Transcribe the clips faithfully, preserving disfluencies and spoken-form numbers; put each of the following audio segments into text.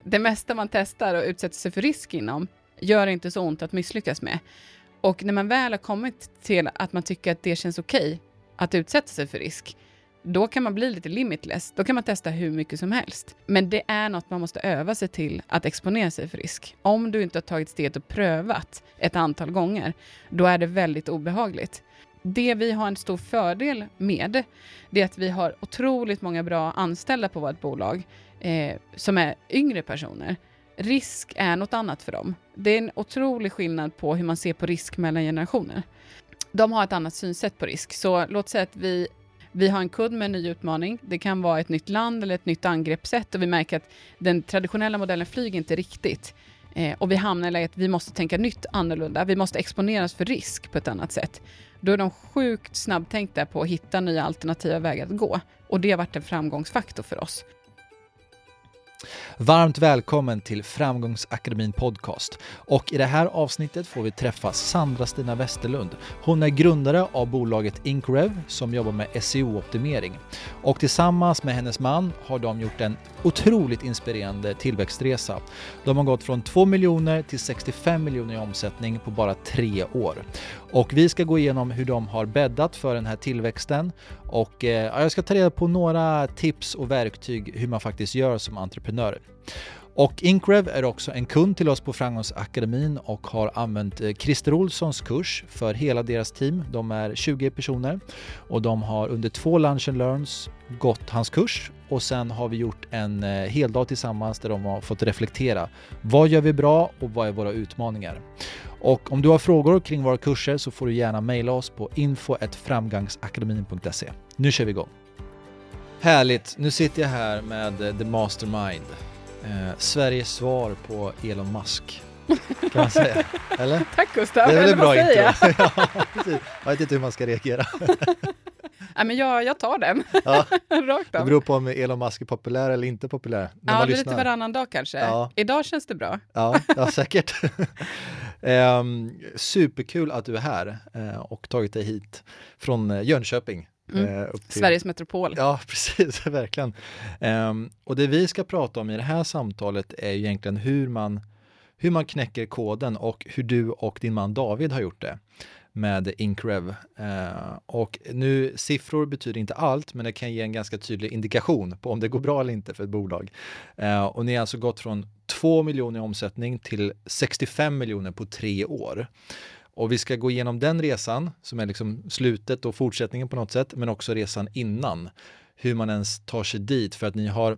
det mesta man testar och utsätter sig för risk inom gör inte så ont att misslyckas med. Och när man väl har kommit till att man tycker att det känns okej att utsätta sig för risk, då kan man bli lite limitless. Då kan man testa hur mycket som helst. Men det är något man måste öva sig till att exponera sig för risk. Om du inte har tagit steget och prövat ett antal gånger, då är det väldigt obehagligt. Det vi har en stor fördel med, det är att vi har otroligt många bra anställda på vårt bolag eh, som är yngre personer. Risk är något annat för dem. Det är en otrolig skillnad på hur man ser på risk mellan generationer. De har ett annat synsätt på risk. Så låt säga att vi, vi har en kund med en ny utmaning. Det kan vara ett nytt land eller ett nytt angreppssätt. Och vi märker att den traditionella modellen flyger inte riktigt. Eh, och vi hamnar i läget att vi måste tänka nytt annorlunda. Vi måste exponeras för risk på ett annat sätt. Då är de sjukt snabbtänkta på att hitta nya alternativa vägar att gå. Och det har varit en framgångsfaktor för oss. Varmt välkommen till Framgångsakademin podcast. Och i det här avsnittet får vi träffa Sandra Stina Westerlund. Hon är grundare av bolaget IncRev som jobbar med S E O-optimering. Och tillsammans med hennes man har de gjort en otroligt inspirerande tillväxtresa. De har gått från två miljoner till sextiofem miljoner i omsättning på bara tre år. Och vi ska gå igenom hur de har bäddat för den här tillväxten. Och eh, jag ska ta reda på några tips och verktyg hur man faktiskt gör som entreprenör. Och IncRev är också en kund till oss på Framgångsakademin och har använt Christer Olssons kurs för hela deras team. De är tjugo personer och de har under två lunch and learns gått hans kurs. Och sen har vi gjort en hel dag tillsammans där de har fått reflektera. Vad gör vi bra och vad är våra utmaningar? Och om du har frågor kring våra kurser så får du gärna mejla oss på info at framgangsakademin punkt se. Nu kör vi igång. Härligt, nu sitter jag här med The Mastermind. Eh, Sveriges svar på Elon Musk, kan man säga. Eller? Tack Gustav. Det är väl en bra intro. Ja, jag vet inte hur man ska reagera. Nej, men jag, jag tar den. Ja. Rakt av. Det beror på om Elon Musk är populär eller inte populär. När ja, man det är lyssnar. lite varannan dag kanske. Ja. Idag känns det bra. Ja, ja säkert. um, superkul att du är här uh, och tagit dig hit från Jönköping. Mm. Uh, upp till... Sveriges metropol. Ja, precis, verkligen. Um, och det vi ska prata om i det här samtalet är egentligen hur man, hur man knäcker koden och hur du och din man David har gjort det med IncRev. Uh, och nu, siffror betyder inte allt, men det kan ge en ganska tydlig indikation på om det går bra eller inte för ett bolag. Uh, och ni har alltså gått från två miljoner i omsättning till sextiofem miljoner på tre år. Och vi ska gå igenom den resan som är liksom slutet och fortsättningen på något sätt, men också resan innan. Hur man ens tar sig dit, för att ni har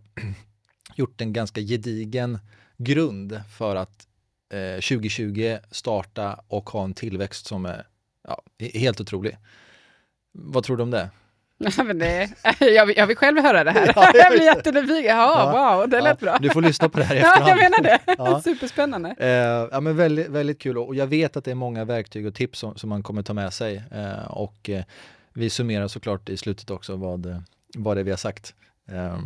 gjort en ganska gedigen grund för att eh, tjugo tjugo starta och ha en tillväxt som är ja, helt otrolig. Vad tror du om det? Ja, men det, jag, vill, jag vill själv höra det här. Ja, jag blir jättenyfiken. Ja, ja, wow, det lät ja, bra. Du får lyssna på det här i efterhand. Ja, jag menar det. Ja. Superspännande. Eh, ja, men väldigt, väldigt kul. Och jag vet att det är många verktyg och tips som, som man kommer ta med sig. Eh, och eh, vi summerar såklart i slutet också vad, vad det är vi har sagt. Eh,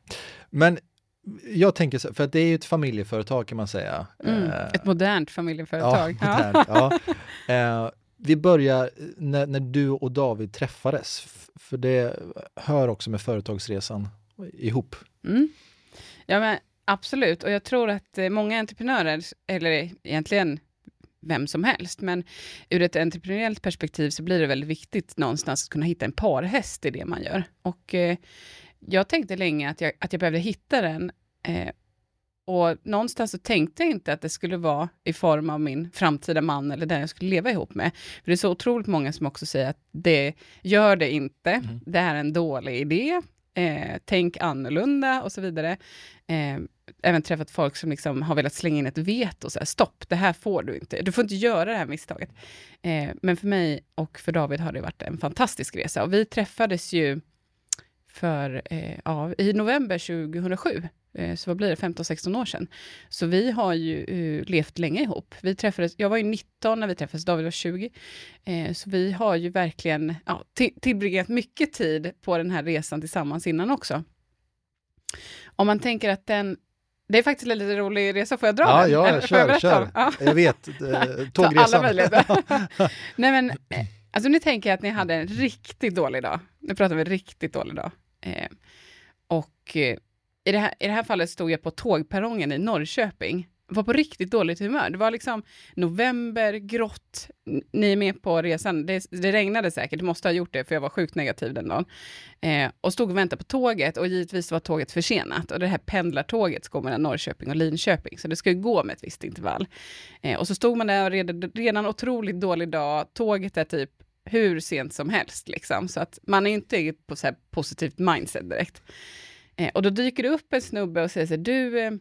men jag tänker så, för att det är ju ett familjeföretag kan man säga. Mm, eh, ett modernt familjeföretag. Ja, modernt, ja. Eh, vi börjar när, när du och David träffades. För det hör också med företagsresan ihop. Mm. Ja, men absolut. Och jag tror att många entreprenörer, eller egentligen vem som helst, men ur ett entreprenöriellt perspektiv så blir det väldigt viktigt någonstans att kunna hitta en parhäst i det man gör. Och eh, jag tänkte länge att jag, att jag behövde hitta den. Eh, och någonstans så tänkte jag inte att det skulle vara i form av min framtida man eller den jag skulle leva ihop med. För det är så otroligt många som också säger att det gör det inte. Mm. Det här är en dålig idé. Eh, tänk annorlunda och så vidare. Eh, även träffat folk som liksom har velat slänga in ett veto och säga stopp, det här får du inte. Du får inte göra det här misstaget. Eh, men för mig och för David har det varit en fantastisk resa. Och vi träffades ju för, eh, ja, i november tjugohundrasju. Eh, så vad blir det? femton sexton år sedan. Så vi har ju uh, levt länge ihop. Vi träffades, jag var ju nitton när vi träffades, David var tjugo. Eh, så vi har ju verkligen ja, t- tillbringat mycket tid på den här resan tillsammans innan också. Om man tänker att den, det är faktiskt en lite rolig resa, får jag dra ja, den? Ja, Eller, kör, jag kör. Ja. Jag vet, eh, tågresan. Alla möjligheter. Nej men, eh, alltså nu tänker jag att ni hade en riktigt dålig dag. Nu pratar vi en riktigt dålig dag. Eh, och... Eh, i det här, i det här fallet stod jag på tågperrongen i Norrköping. Var på riktigt dåligt humör. Det var liksom november, grått. Ni är med på resan. Det, det regnade säkert. Det måste ha gjort det för jag var sjukt negativ den dagen. Eh, och stod och väntade på tåget. Och givetvis var tåget försenat. Och det här pendlartåget ska gå mellan Norrköping och Linköping. Så det ska ju gå med ett visst intervall. Eh, och så stod man där och redan, redan otroligt dålig dag. Tåget är typ hur sent som helst. Liksom. Så att man är inte på så här positivt mindset direkt. Eh, och då dyker det upp en snubbe och säger så här, du... Eh,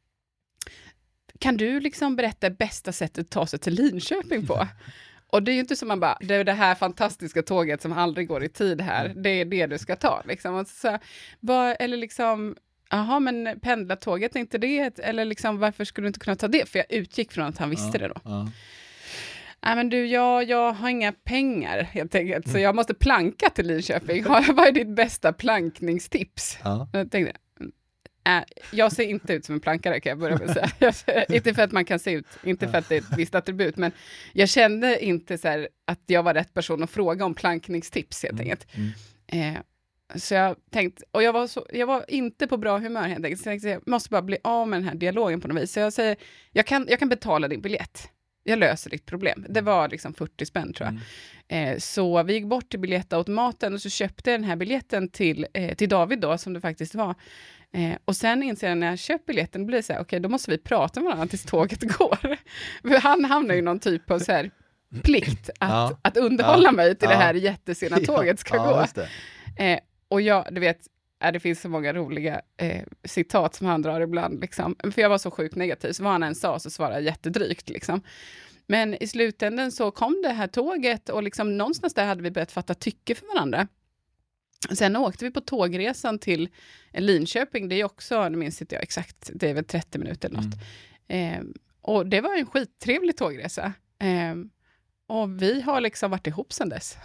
kan du liksom berätta bästa sättet att ta sig till Linköping på? Och det är ju inte som man bara, det är det här fantastiska tåget som aldrig går i tid här. Det är det du ska ta. Liksom. Och så, bara, eller liksom, jaha men pendlartåget är inte det? Eller liksom, varför skulle du inte kunna ta det? För jag utgick från att han visste ja, det då. Ja. Nej men du, jag, jag har inga pengar helt enkelt. Så jag måste planka till Linköping. Vad är ditt bästa plankningstips? Ja. Jag tänkte, Äh, jag ser inte ut som en plankare kan jag börja med att säga. Inte för att man kan se ut, inte för att det är ett visst attribut, men jag kände inte så här att jag var rätt person att fråga om plankningstips helt enkelt. Mm. Mm. Eh, så jag tänkte, och jag var, så, jag var inte på bra humör helt enkelt, så jag tänkte jag måste bara bli av med den här dialogen på något vis. Så jag säger, jag kan, jag kan betala din biljett. Jag löser ditt problem. Det var liksom fyrtio spänn tror jag. Mm. Eh, så vi gick bort till biljettautomaten och så köpte jag den här biljetten till, eh, till David då, som det faktiskt var. Eh, och sen inser jag när jag köper biljetten, blir det så här, okej okay, då måste vi prata med varandra tills tåget går. För han hamnar ju någon typ av så här plikt att, ja. att underhålla ja. mig till ja. det här jättesena tåget ska ja, gå. Just det. Eh, och jag, du vet, äh, det finns så många roliga eh, citat som han drar ibland. Liksom. För jag var så sjukt negativ, så vad han än sa så svarade jag jättedrygt. Liksom. Men i slutändan så kom det här tåget och liksom någonstans där hade vi börjat fatta tycke för varandra. Sen åkte vi på tågresan till Linköping. Det är också, nu minns inte jag exakt, det är väl trettio minuter eller något. Mm. Eh, och det var en skittrevlig tågresa. Eh, och vi har liksom varit ihop sedan dess.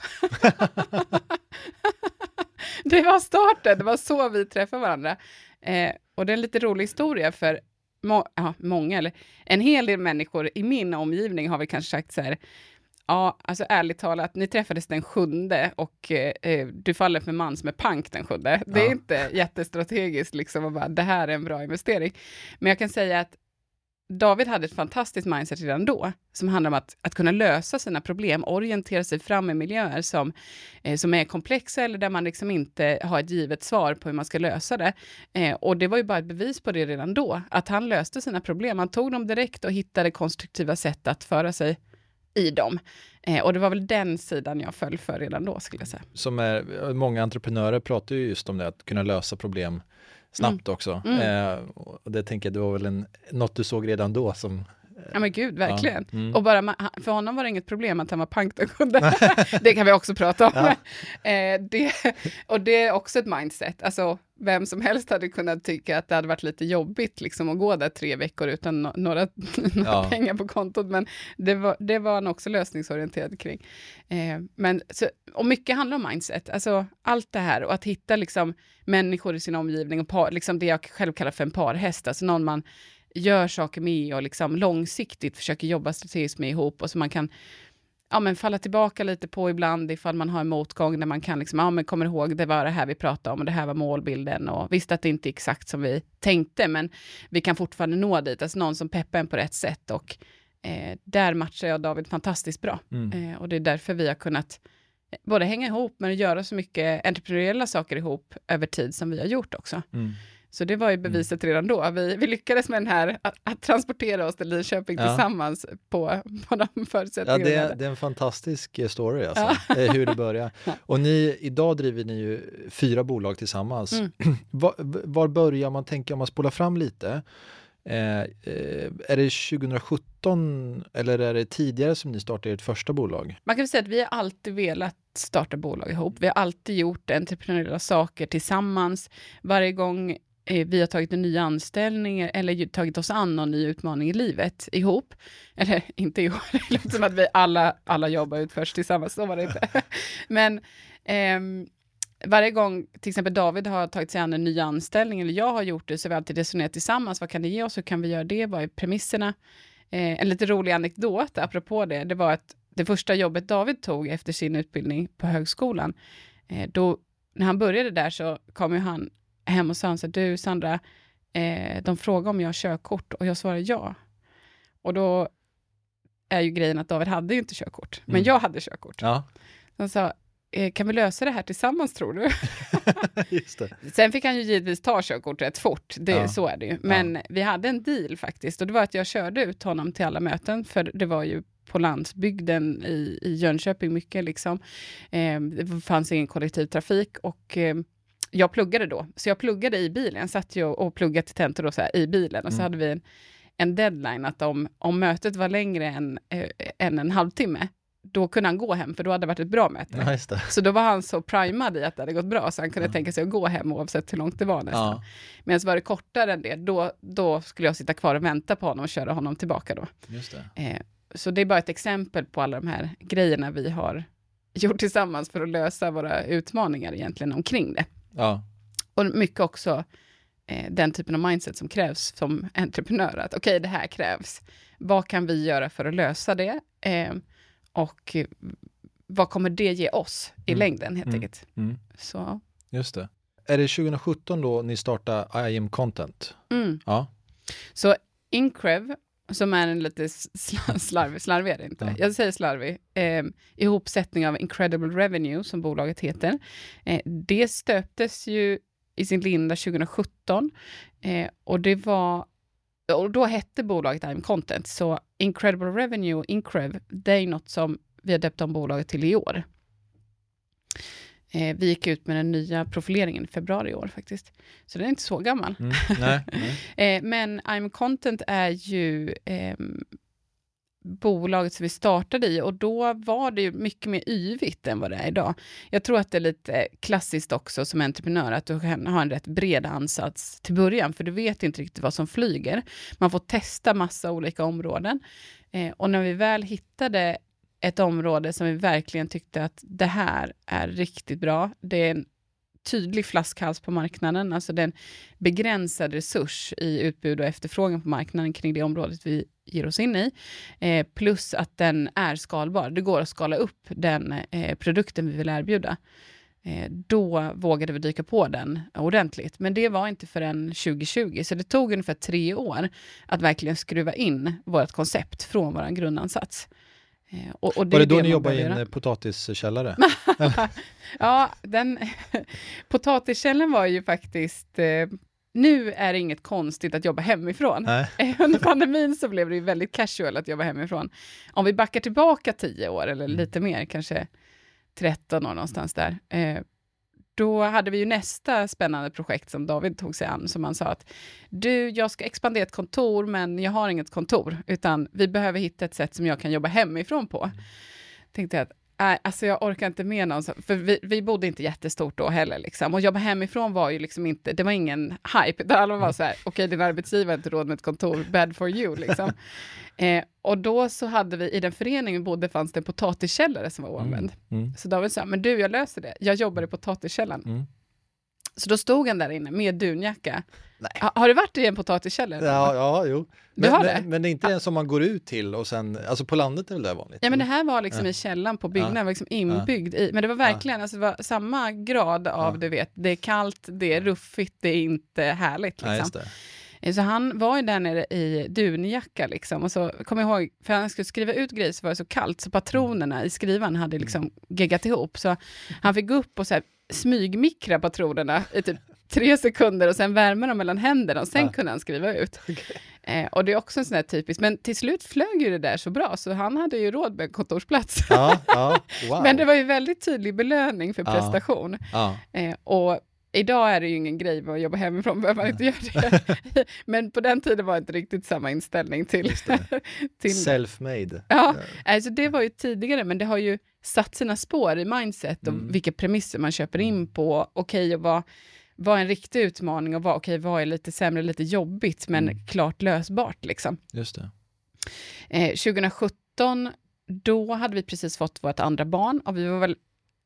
Det var starten, det var så vi träffade varandra. Eh, och det är en lite rolig historia för må- ja, många, eller en hel del människor i min omgivning har vi kanske sagt så här. Ja, alltså ärligt talat, ni träffades den sjunde och eh, du faller för man som är pank den sjunde. Det är ja. inte jättestrategiskt liksom att bara, det här är en bra investering. Men jag kan säga att David hade ett fantastiskt mindset redan då, som handlar om att, att kunna lösa sina problem, orientera sig fram i miljöer som, eh, som är komplexa eller där man liksom inte har ett givet svar på hur man ska lösa det. Eh, och det var ju bara ett bevis på det redan då, att han löste sina problem. Han tog dem direkt och hittade konstruktiva sätt att föra sig i dem. Eh, och det var väl den sidan jag föll för redan då, skulle jag säga. Som är, många entreprenörer pratar ju just om det, att kunna lösa problem snabbt mm. också. Mm. Eh, och det tänker jag, det var väl en, något du såg redan då som... Ja men gud, verkligen. Ja. Mm. Och bara, för honom var det inget problem att han var pank den kunde. Det kan vi också prata om. Ja. Eh, det, och det är också ett mindset. Alltså, vem som helst hade kunnat tycka att det hade varit lite jobbigt liksom, att gå där tre veckor utan no- några, några ja. pengar på kontot. Men det var, det var han också lösningsorienterad kring. Eh, men, så, och mycket handlar om mindset. Alltså, allt det här och att hitta liksom, människor i sin omgivning och par, liksom det jag själv kallar för en parhäst. Alltså någon man gör saker med och liksom långsiktigt försöker jobba strategiskt med ihop och så man kan ja, men falla tillbaka lite på ibland ifall man har en motgång där man kan liksom, ja men kommer ihåg det var det här vi pratade om och det här var målbilden och visst att det inte är exakt som vi tänkte men vi kan fortfarande nå dit, alltså någon som peppar en på rätt sätt och eh, där matchar jag och David fantastiskt bra mm. eh, och det är därför vi har kunnat både hänga ihop men göra så mycket entreprenöriella saker ihop över tid som vi har gjort också. Mm. Så det var ju beviset redan då. Vi, vi lyckades med den här, att, att transportera oss till Linköping ja. tillsammans på, på de förutsättningarna. Ja, det, det är en fantastisk story alltså, ja. hur det börjar. Ja. Och ni, idag driver ni ju fyra bolag tillsammans. Mm. var, var börjar man tänka om man spolar fram lite? Eh, eh, är det tjugo sjutton eller är det tidigare som ni startade ert första bolag? Man kan säga att vi har alltid velat starta bolag ihop. Vi har alltid gjort entreprenöriella saker tillsammans. Varje gång vi har tagit en ny anställning eller tagit oss an någon ny utmaning i livet ihop. Eller inte ihop, det låter som att vi alla, alla jobbar ut först tillsammans, så var det inte. Men eh, varje gång till exempel David har tagit sig an en ny anställning eller jag har gjort det så har vi alltid resonerat tillsammans. Vad kan det ge oss? Hur kan vi göra det? Vad är premisserna? Eh, en lite rolig anekdot apropå det, det var att det första jobbet David tog efter sin utbildning på högskolan, eh, då när han började där så kom ju han hem och sa han så här, du Sandra, eh, de frågar om jag har körkort och jag svarar ja. Och då är ju grejen att David hade ju inte körkort, men Mm. jag hade körkort. Ja. Han sa, eh, kan vi lösa det här tillsammans tror du? Just det. Sen fick han ju givetvis ta körkort rätt fort, det, Ja. så är det ju. Men ja. vi hade en deal faktiskt, och det var att jag körde ut honom till alla möten, för det var ju på landsbygden i, i Jönköping mycket liksom. Eh, det fanns ingen kollektivtrafik och eh, jag pluggade då. Så jag pluggade i bilen, jag satt ju och, och pluggade till tentor då så här, i bilen, och så Mm. hade vi en, en deadline att om, om mötet var längre än, eh, än en halvtimme, då kunde han gå hem, för då hade det varit ett bra möte. Ja, just det. Så då var han så primad i att det hade gått bra, så han kunde Ja. tänka sig att gå hem oavsett hur långt det var nästan. Ja, Medan var det kortare än det, då, då skulle jag sitta kvar och vänta på honom och köra honom tillbaka då. just det. Eh, så det är bara ett exempel på alla de här grejerna vi har gjort tillsammans för att lösa våra utmaningar egentligen omkring det. Ja. Och mycket också eh, den typen av mindset som krävs som entreprenör. Att okej, okay, det här krävs. Vad kan vi göra för att lösa det? Eh, och eh, vad kommer det ge oss i Mm. längden helt Mm. enkelt? Mm. Så. Just det. Är det tjugo sjutton då ni startar I am Content? Mm. Ja. Så Increv, som är en lite sl- slarvig, slarvig är det inte. Ja. Jag säger slarvig. Eh, ihopsättning av Incredible Revenue, som bolaget heter. Eh, det stöptes ju i sin linda tjugo sjutton. Eh, och det var... Och då hette bolaget I'm Content. Så Incredible Revenue, Increv, det är något som vi har döpt om bolaget till i år. Eh, vi gick ut med den nya profileringen i februari i år faktiskt. Så den är inte så gammal. Mm. Nej. Nej. Eh, men I'm Content är ju eh, bolaget som vi startade i, och då var det ju mycket mer yvigt än vad det är idag. Jag tror att det är lite klassiskt också som entreprenör att du kan ha en rätt bred ansats till början, för du vet inte riktigt vad som flyger. Man får testa massa olika områden. Eh, och när vi väl hittade ett område som vi verkligen tyckte att det här är riktigt bra, det är en tydlig flaskhals på marknaden, alltså det är en begränsad resurs i utbud och efterfrågan på marknaden kring det området vi ger oss in i, eh, plus att den är skalbar. Det går att skala upp den eh, produkten vi vill erbjuda. Eh, då vågade vi dyka på den ordentligt, men det var inte förrän tjugo tjugo, så det tog ungefär tre år att verkligen skruva in vårt koncept från vår grundansats. Eh, och, och det Var det är då det ni man jobbade i behöver en göra. potatiskällare? Ja, den potatiskällen var ju faktiskt... Eh, nu är det inget konstigt att jobba hemifrån. Nej. Under pandemin så blev det ju väldigt casual att jobba hemifrån. Om vi backar tillbaka tio år eller Mm. lite mer, kanske tretton år någonstans där. Eh, då hade vi ju nästa spännande projekt som David tog sig an, som han sa att du, jag ska expandera ett kontor, men jag har inget kontor, utan vi behöver hitta ett sätt som jag kan jobba hemifrån på. Mm. Tänkte jag att nej, alltså jag orkar inte med någon, för vi, vi bodde inte jättestort då heller liksom, och jobba hemifrån var ju liksom inte, det var ingen hype, där alla var så här, okej, okay, din arbetsgivare har inte råd med ett kontor, bad for you liksom. eh, och då så hade vi, i den föreningen vi bodde, fanns det en potatiskällare som var oanvänd. Mm. Mm. Så David sa, men du, jag löser det, jag jobbar i potatiskällaren. Mm. Så då stod han där inne med dunjacka. Nej. Ha, har du varit i en potatiskällare? Ja, ja, jo. Du Men, har men, det? men det är inte den som man går ut till och sen, alltså på landet är väl det vanligt? Ja, men det här var liksom Ja. i källan på byggnaden, Ja. var liksom inbyggd i, men det var verkligen, alltså det var samma grad av, Ja. du vet, det är kallt, det är ruffigt, det är inte härligt Ja, liksom. just det. Så han var ju där nere i dunjacka liksom, och så kom jag ihåg, för han skulle skriva ut grejer så var det så kallt, så patronerna i skrivan hade liksom geggat ihop, så han fick gå upp och så här smygmikra patronerna i typ tre sekunder och sen värma dem mellan händerna och sen Ja. kunde han skriva ut. Okay. Eh, och det är också en sån här typisk, men till slut flög ju det där så bra, så han hade ju råd med en kontorsplats. Ja, ja, wow. Men det var ju väldigt tydlig belöning för Ja. prestation. Ja, Eh, och idag är det ju ingen grej med att jobba hemifrån, behöver man inte göra det. Men på den tiden var det inte riktigt samma inställning till... till self-made. ja, alltså det var ju tidigare, men det har ju satt sina spår i mindset och Mm. vilka premisser man köper in på. Okej, okay, och vad, vad är en riktig utmaning och vad, okay, vad är lite sämre, lite jobbigt, men Mm. klart lösbart liksom. Just det. Eh, tjugo sjutton, då hade vi precis fått vårt andra barn och vi var väl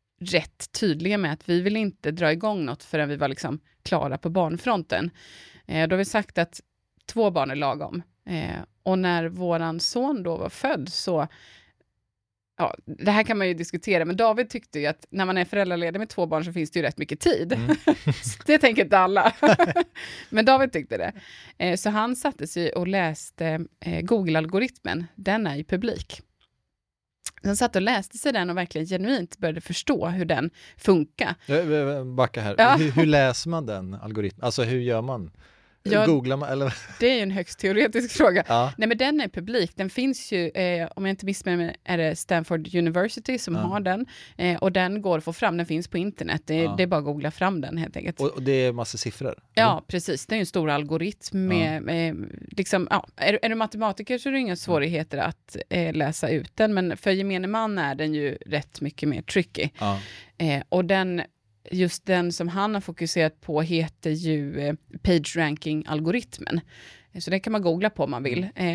rätt tydliga med att vi vill inte dra igång något förrän vi var liksom klara på barnfronten. Eh, då har vi sagt att två barn är lagom. Eh, och när våran son då var född så Ja, det här kan man ju diskutera, men David tyckte ju att när man är föräldraledig med två barn så finns det ju rätt mycket tid. Mm. Det tänker inte alla. Men David tyckte det. Eh, så han satte sig och läste eh, Google-algoritmen. Den är ju publik. Han satt och läste sig den och verkligen genuint började förstå hur den funkar. Jag backa här. Ja. Hur, hur läser man den algoritmen? Alltså hur gör man? Ja, Googlar man? Eller? Det är ju en högst teoretisk fråga. Ja. Nej, men den är publik. Den finns ju, eh, om jag inte missminner mig, är det Stanford University som ja. har den. Eh, och den går att få fram, den finns på internet. Det, ja. det är bara att googla fram den helt enkelt. Och, och det är massa siffror? Ja, mm. precis. Det är en stor algoritm med, ja. med liksom, ja, är, är du matematiker så är det inga svårigheter att eh, läsa ut den. Men för gemene man är den ju rätt mycket mer tricky. Ja. Eh, och den Just den som han har fokuserat på heter ju eh, PageRanking-algoritmen. Så det kan man googla på om man vill. Eh,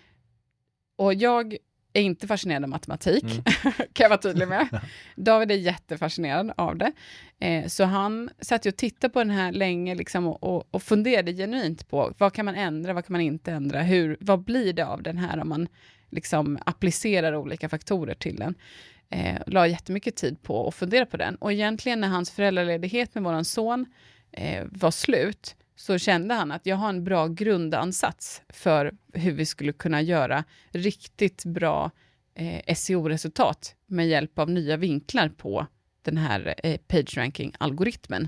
och jag är inte fascinerad av matematik, mm. kan jag vara tydlig med. David är jättefascinerad av det. Eh, så han satt ju och tittade på den här länge liksom, och, och, och funderade genuint på vad kan man ändra, vad kan man inte ändra, hur, vad blir det av den här om man liksom applicerar olika faktorer till den. Eh, la jättemycket tid på att fundera på den. Och egentligen när hans föräldraledighet med våran son eh, var slut så kände han att jag har en bra grundansats för hur vi skulle kunna göra riktigt bra eh, S E O-resultat med hjälp av nya vinklar på den här eh, PageRanking-algoritmen.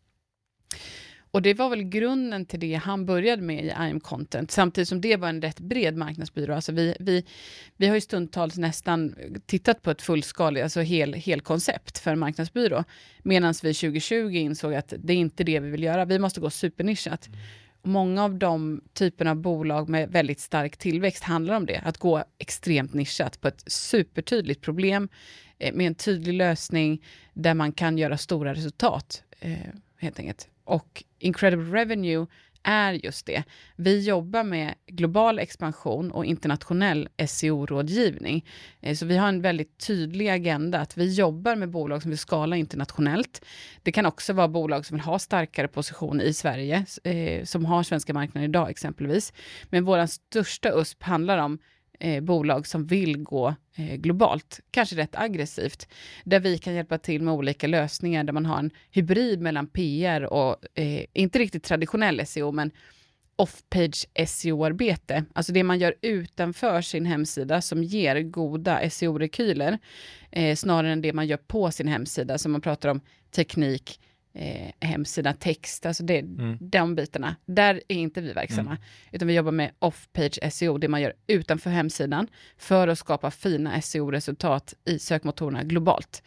Och det var väl grunden till det han började med i I am Content. Samtidigt som det var en rätt bred marknadsbyrå. Alltså vi, vi, vi har ju stundtals nästan tittat på ett fullskaligt, alltså hel, hel koncept för en marknadsbyrå. Medan vi tjugo tjugo insåg att det är inte det vi vill göra. Vi måste gå supernischat. Mm. Och många av de typerna av bolag med väldigt stark tillväxt handlar om det. Att gå extremt nischat på ett supertydligt problem eh, med en tydlig lösning där man kan göra stora resultat eh, helt enkelt. Och Incredible Revenue är just det. Vi jobbar med global expansion och internationell S E O-rådgivning. Så vi har en väldigt tydlig agenda att vi jobbar med bolag som vill skala internationellt. Det kan också vara bolag som vill ha starkare position i Sverige, eh, som har svenska marknaden idag exempelvis. Men vår största U S P handlar om Eh, bolag som vill gå eh, globalt, kanske rätt aggressivt, där vi kan hjälpa till med olika lösningar där man har en hybrid mellan P R och eh, inte riktigt traditionell S E O men off-page S E O-arbete, alltså det man gör utanför sin hemsida som ger goda S E O-rekyler eh, snarare än det man gör på sin hemsida, som man pratar om teknik, Eh, hemsida, text, alltså det, mm. de bitarna. Där är inte vi verksamma. Mm. Utan vi jobbar med off-page S E O, det man gör utanför hemsidan för att skapa fina S E O-resultat i sökmotorerna globalt.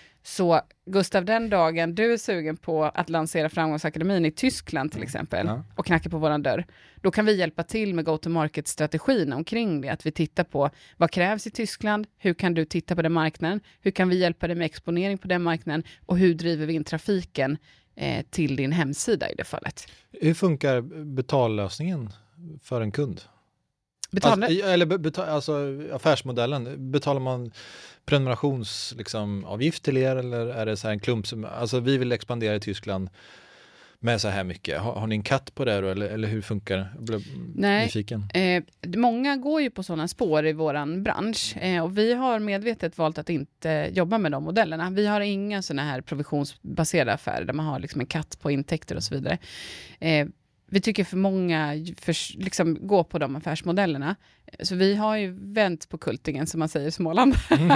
Så Gustav, den dagen du är sugen på att lansera Framgångsakademin i Tyskland till exempel ja. och knackar på våran dörr, då kan vi hjälpa till med go-to-market-strategin omkring det. Att vi tittar på vad krävs i Tyskland, hur kan du titta på den marknaden, hur kan vi hjälpa dig med exponering på den marknaden och hur driver vi in trafiken eh, till din hemsida i det fallet. Hur funkar betallösningen för en kund? Betal- alltså, eller betal- alltså affärsmodellen, betalar man prenumerationsavgift liksom, till er eller är det så här en klump som, alltså vi vill expandera i Tyskland med så här mycket. Har, har ni en katt på det då, eller, eller hur funkar det? Jag blev Nej, nyfiken. Eh, många går ju på sådana spår i våran bransch eh, och vi har medvetet valt att inte jobba med de modellerna. Vi har inga sådana här provisionsbaserade affärer där man har liksom en katt på intäkter och så vidare. Eh, Vi tycker för många för, liksom, gå på de affärsmodellerna. Så vi har ju vänt på kultingen, som man säger i Småland. Mm.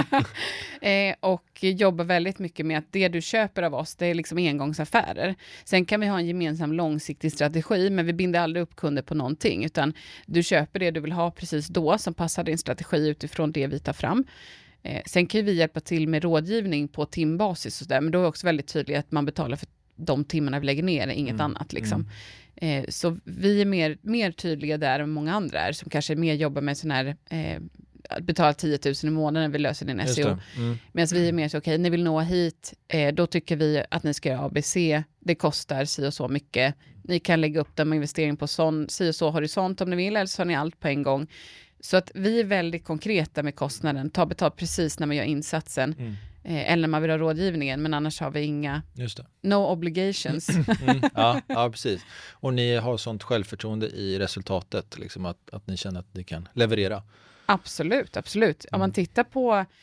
eh, och jobbar väldigt mycket med att det du köper av oss, det är liksom engångsaffärer. Sen kan vi ha en gemensam långsiktig strategi, men vi binder aldrig upp kunder på någonting. Utan du köper det du vill ha precis då, som passar din strategi utifrån det vi tar fram. Eh, sen kan vi hjälpa till med rådgivning på timbasis och där, men då är det också väldigt tydligt att man betalar för de timmarna vi lägger ner, inget mm. annat liksom. Mm. Eh, så vi är mer, mer tydliga där än många andra är, som kanske mer jobbar med sån här eh, betala tio tusen i månaden, vi löser din S E O. Mm. Medan vi är mer så, okej, okay, ni vill nå hit, eh, då tycker vi att ni ska göra A B C, det kostar si och så mycket. Ni kan lägga upp de investering på sån, si och så horisont om ni vill, eller så har ni allt på en gång. Så att vi är väldigt konkreta med kostnaden, ta betalt precis när man gör insatsen. Mm. Eller när man vill ha rådgivningen, men annars har vi inga Just det. no obligations. mm, ja, ja, precis. Och ni har sånt självförtroende i resultatet, liksom att, att ni känner att ni kan leverera. Absolut, absolut. Mm. Om man tittar på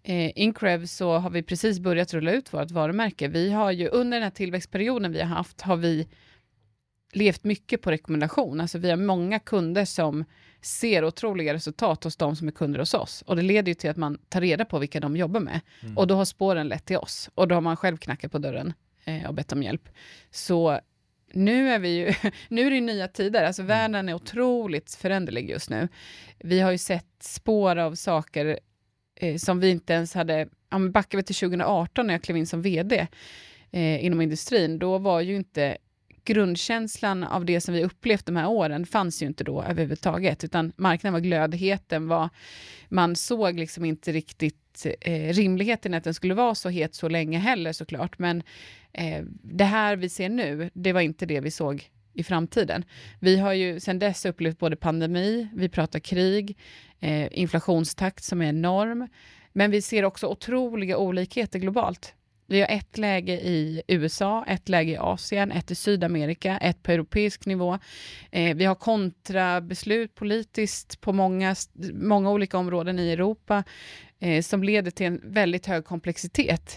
eh, Increv så har vi precis börjat rulla ut vårt varumärke. Vi har ju under den här tillväxtperioden vi har haft har vi levt mycket på rekommendation. Alltså vi har många kunder som ser otroliga resultat hos de som är kunder hos oss. Och det leder ju till att man tar reda på vilka de jobbar med. Mm. Och då har spåren lett till oss. Och då har man själv knackat på dörren eh, och bett om hjälp. Så nu är vi ju, nu är det nya tider. Alltså världen är otroligt föränderlig just nu. Vi har ju sett spår av saker eh, som vi inte ens hade, ja, men backar vi till tjugo arton när jag klev in som vd eh, inom industrin. Då var ju inte grundkänslan av det som vi upplevt de här åren fanns ju inte då överhuvudtaget, utan marknaden var glödheten, var, man såg liksom inte riktigt eh, rimligheten att den skulle vara så het så länge heller såklart, men eh, det här vi ser nu, det var inte det vi såg i framtiden. Vi har ju sedan dess upplevt både pandemi, vi pratar krig, eh, inflationstakt som är enorm, men vi ser också otroliga olikheter globalt. Vi har ett läge i U S A, ett läge i Asien, ett i Sydamerika, ett på europeisk nivå. Eh, vi har kontrabeslut politiskt på många, många olika områden i Europa eh, som leder till en väldigt hög komplexitet.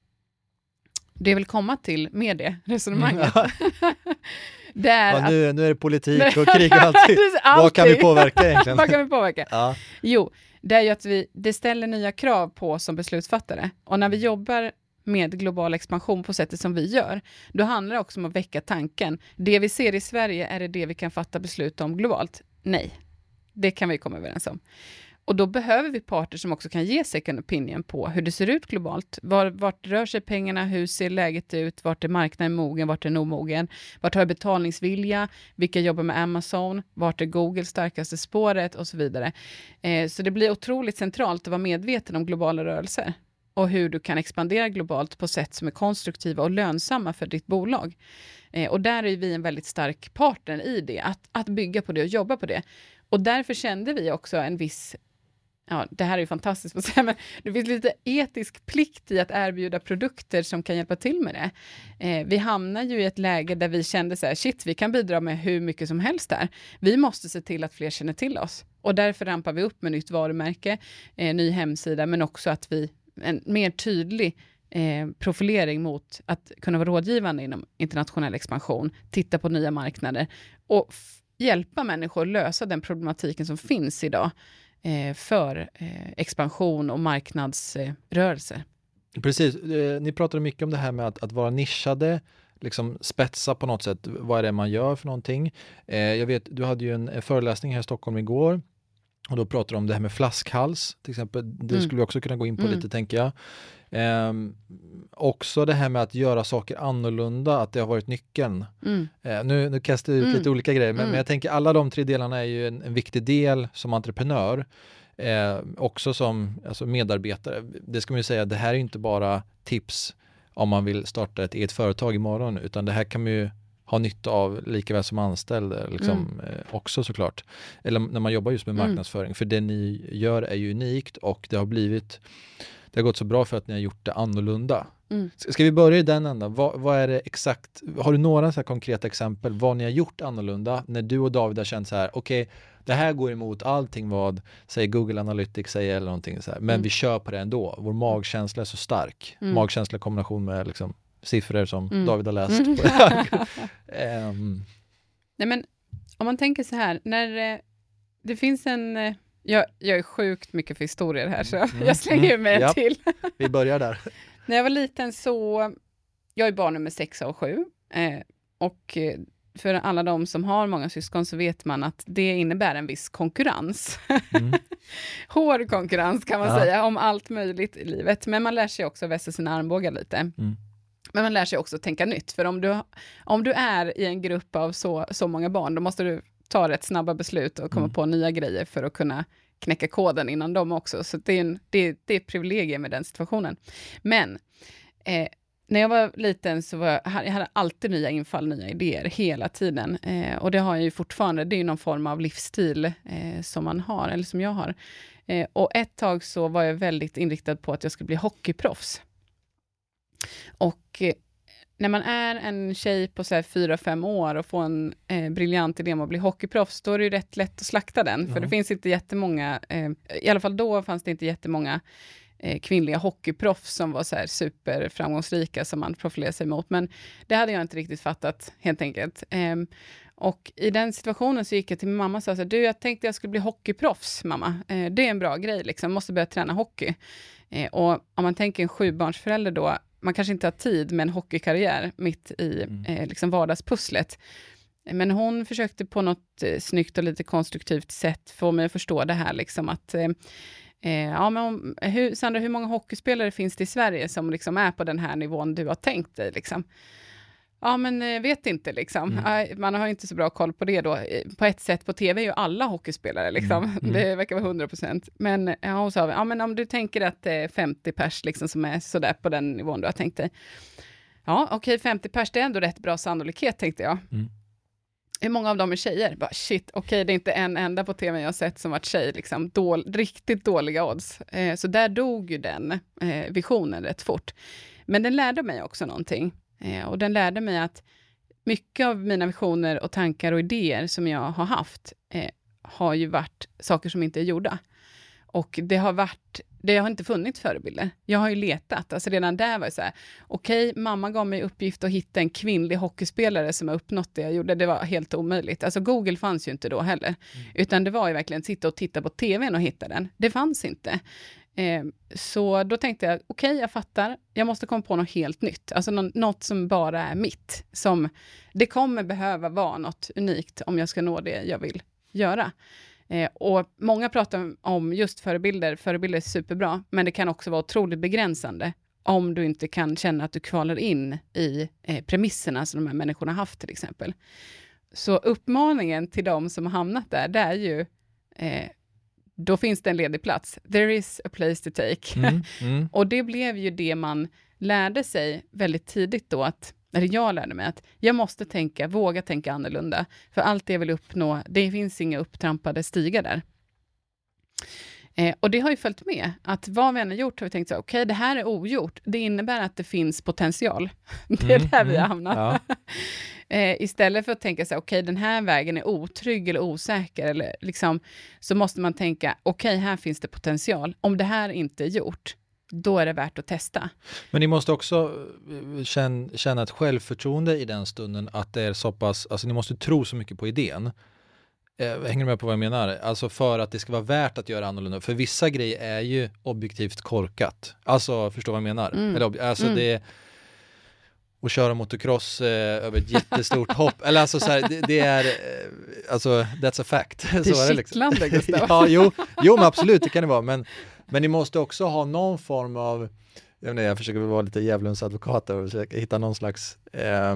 Det vill komma till med det resonemanget. Mm, ja. det är ja, nu, nu är det politik att... och krig och alltid. Vad kan vi påverka egentligen? Vad kan vi påverka? Ja. Jo, det är ju att vi, det ställer nya krav på oss som beslutsfattare. Och när vi jobbar med global expansion på sättet som vi gör, då handlar det också om att väcka tanken. Det vi ser i Sverige, är det det vi kan fatta beslut om globalt? Nej, det kan vi komma överens om. Och då behöver vi parter som också kan ge second opinion på hur det ser ut globalt. Var, vart rör sig pengarna? Hur ser läget ut? Vart är marknaden mogen? Vart är den omogen? Vart har jag betalningsvilja? Vilka jobbar med Amazon? Vart är Google starkaste spåret? Och så vidare. Eh, så det blir otroligt centralt att vara medveten om globala rörelser. Och hur du kan expandera globalt på sätt som är konstruktiva och lönsamma för ditt bolag. Eh, och där är vi en väldigt stark partner i det. Att, att bygga på det och jobba på det. Och därför kände vi också en viss... Ja, det här är ju fantastiskt att säga, men det finns lite etisk plikt i att erbjuda produkter som kan hjälpa till med det. Eh, vi hamnar ju i ett läge där vi kände så här, shit, vi kan bidra med hur mycket som helst där. Vi måste se till att fler känner till oss. Och därför rampar vi upp med nytt varumärke, eh, ny hemsida, men också att vi en mer tydlig eh, profilering mot att kunna vara rådgivande inom internationell expansion, titta på nya marknader och f- hjälpa människor att lösa den problematiken som finns idag eh, för eh, expansion och marknadsrörelser. Eh, Precis, eh, ni pratade mycket om det här med att, att vara nischade, liksom spetsa på något sätt, vad är det man gör för någonting. Eh, jag vet, du hade ju en, en föreläsning här i Stockholm igår. Och då pratar de om det här med flaskhals till exempel. Det mm. skulle vi också kunna gå in på mm. lite, tänker jag. Ehm, också det här med att göra saker annorlunda, att det har varit nyckeln. Mm. Ehm, nu, nu kastar jag ut mm. lite olika grejer, men, mm. men jag tänker alla de tre delarna är ju en, en viktig del som entreprenör. Ehm, också som alltså medarbetare. Det ska man ju säga, det här är inte bara tips om man vill starta ett eget företag imorgon, utan det här kan man ju ha nytta av lika väl som anställd liksom, mm. eh, också såklart. Eller när man jobbar just med marknadsföring. Mm. För det ni gör är ju unikt och det har blivit, det har gått så bra för att ni har gjort det annorlunda. Mm. Ska vi börja i den ändan? Vad, vad är det exakt? Har du några så här konkreta exempel vad ni har gjort annorlunda när du och David har känt så här, okej, okay, det här går emot allting vad säger Google Analytics säger eller någonting så här, men mm. vi kör på det ändå. Vår magkänsla är så stark. Mm. Magkänsla i kombination med liksom siffror som mm. David har läst. Mm. um. Nej, men om man tänker så här, när eh, det finns en... Eh, jag, jag är sjukt mycket för historier här, så mm. jag slänger mm. med ja. till. Vi börjar där. När jag var liten så... Jag är barn nummer sex och sju. Eh, och för alla de som har många syskon så vet man att det innebär en viss konkurrens. Mm. Hård konkurrens kan man ja. säga om allt möjligt i livet. Men man lär sig också vässa sina armbågar lite. Mm. Men man lär sig också tänka nytt. För om du, om du är i en grupp av så, så många barn, då måste du ta rätt snabba beslut och komma mm. på nya grejer för att kunna knäcka koden innan dem också. Så det är, en, det, det är ett privilegium med den situationen. Men eh, när jag var liten så var jag, jag hade alltid nya infall, nya idéer hela tiden. Eh, och det har jag ju fortfarande. Det är ju någon form av livsstil eh, som man har, eller som jag har. Eh, och ett tag så var jag väldigt inriktad på att jag skulle bli hockeyproffs. Och eh, när man är en tjej på så här fyra, fem år och får en eh, briljant idé om att bli hockeyproffs, då är det ju rätt lätt att slakta den. Mm. För det finns inte jättemånga, eh, i alla fall då fanns det inte jättemånga eh, kvinnliga hockeyproffs som var så här superframgångsrika som man profilerade sig mot. Men det hade jag inte riktigt fattat helt enkelt. Eh, och i den situationen så gick jag till min mamma och sa så här, du, jag tänkte jag skulle bli hockeyproffs, mamma. Eh, det är en bra grej liksom, måste börja träna hockey. Eh, och om man tänker en sjubarnsförälder då, man kanske inte har tid med en hockeykarriär mitt i mm. eh, liksom vardagspusslet. Men hon försökte på något eh, snyggt och lite konstruktivt sätt få mig att förstå det här liksom att eh, eh, ja men om, hur, Sandra, hur många hockeyspelare finns det i Sverige som liksom är på den här nivån du har tänkt dig liksom? Ja, men eh, vet inte liksom. Mm. Man har inte så bra koll på det då. På ett sätt på tv är ju alla hockeyspelare liksom. Mm. Mm. Det verkar vara hundra procent. Men ja, hon sa, ja men om du tänker att det är femtio pers liksom som är sådär på den nivån du har tänkt dig. Ja, okej, okay, femtio pers, det är ändå rätt bra sannolikhet tänkte jag. Mm. Hur många av dem är tjejer? Bara, shit, okej, okay, det är inte en enda på tv jag har sett som varit tjej. Liksom. Dål, riktigt dåliga odds. Eh, så där dog ju den eh, visionen rätt fort. Men den lärde mig också någonting. Eh, och den lärde mig att mycket av mina visioner och tankar och idéer som jag har haft eh, har ju varit saker som inte är gjorda. Och det har varit, det har inte funnits förebilder. Jag har ju letat. Alltså redan där var det så här, okej, okay, mamma gav mig uppgift att hitta en kvinnlig hockeyspelare som har uppnått det jag gjorde. Det var helt omöjligt. Alltså Google fanns ju inte då heller. Mm. Utan det var ju verkligen att sitta och titta på tvn och hitta den. Det fanns inte. Eh, så då tänkte jag, okej, okay, jag fattar. Jag måste komma på något helt nytt. Alltså något, något som bara är mitt. Som, det kommer behöva vara något unikt om jag ska nå det jag vill göra. Eh, och många pratar om just förebilder. Förebilder är superbra, men det kan också vara otroligt begränsande om du inte kan känna att du kvalar in i eh, premisserna som de här människorna haft till exempel. Så uppmaningen till de som har hamnat där, det är ju eh, då finns det en ledig plats. There is a place to take. Mm, mm. Och det blev ju det man lärde sig väldigt tidigt då att eller jag lärde mig att jag måste tänka, våga tänka annorlunda. För allt det jag vill uppnå, det finns inga upptrampade stigar där. Eh, och det har ju följt med. Att vad vi än har gjort har vi tänkt så, okej, okay, det här är ogjort. Det innebär att det finns potential. Det är mm, där vi har hamnat. Ja. eh, istället för att tänka så, okej, okay, den här vägen är otrygg eller osäker. Eller liksom, så måste man tänka, okej, okay, här finns det potential. Om det här inte är gjort, då är det värt att testa. Men ni måste också känna, känna ett självförtroende i den stunden att det är så pass, alltså ni måste tro så mycket på idén. Eh, hänger du med på vad jag menar? Alltså för att det ska vara värt att göra annorlunda. För vissa grejer är ju objektivt korkat. Alltså, förstår vad jag menar? Mm. Eller, alltså mm. det att köra motocross eh, över ett jättestort hopp. Eller alltså så här, det, det är eh, alltså, that's a fact. Det är så är det liksom. Gustav. Ja, jo, jo, men absolut, det kan det vara. Men Men ni måste också ha någon form av, jag, menar, jag försöker vara lite djävulens advokat och försöka hitta någon slags... Eh...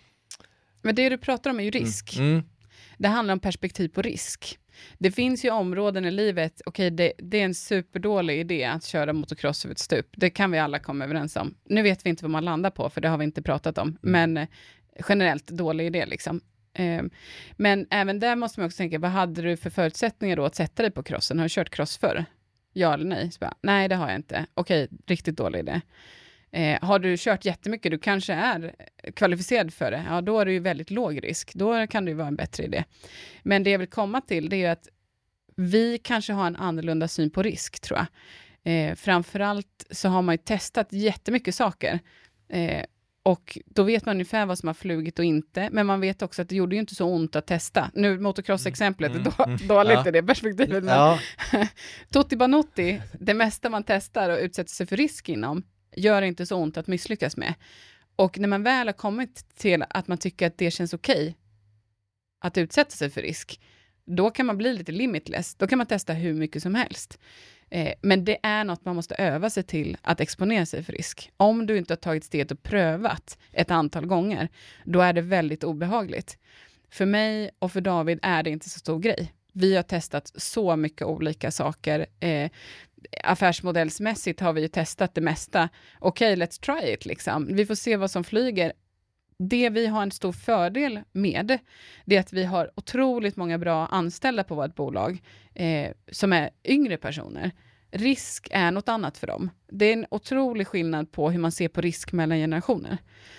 Men det du pratar om är ju risk. Mm. Mm. Det handlar om perspektiv på risk. Det finns ju områden i livet, okej, okay, det, det är en superdålig idé att köra motocross över ett stup. Det kan vi alla komma överens om. Nu vet vi inte vad man landar på, för det har vi inte pratat om. Mm. Men eh, generellt dålig idé liksom. Eh, men även där måste man också tänka, vad hade du för förutsättningar då att sätta dig på crossen? Har du kört cross förr? Ja eller nej? Så bara, nej, det har jag inte. Okej, riktigt dålig idé. Eh, har du kört jättemycket, du kanske är kvalificerad för det, ja då är det ju väldigt låg risk. Då kan det ju vara en bättre idé. Men det jag vill komma till, det är ju att vi kanske har en annorlunda syn på risk, tror jag. Eh, framförallt så har man ju testat jättemycket saker. Eh, och då vet man ungefär vad som har flugit och inte. Men man vet också att det gjorde ju inte så ont att testa. Nu motocross-exemplet mm, är då, mm, dåligt ja. i det perspektivet. Men ja. Tutti Banutti, det mesta man testar och utsätter sig för risk inom, gör inte så ont att misslyckas med. Och när man väl har kommit till att man tycker att det känns okej att utsätta sig för risk, då kan man bli lite limitless. Då kan man testa hur mycket som helst. Eh, men det är något man måste öva sig till att exponera sig för risk. Om du inte har tagit steget och prövat ett antal gånger, då är det väldigt obehagligt. För mig och för David är det inte så stor grej. Vi har testat så mycket olika saker. Eh, affärsmodellsmässigt har vi ju testat det mesta. Okej, okay, let's try it liksom. Vi får se vad som flyger. Det vi har en stor fördel med, det är att vi har otroligt många bra anställda på vårt bolag eh, som är yngre personer. Risk är något annat för dem. Det är en otrolig skillnad på hur man ser på risk mellan generationer.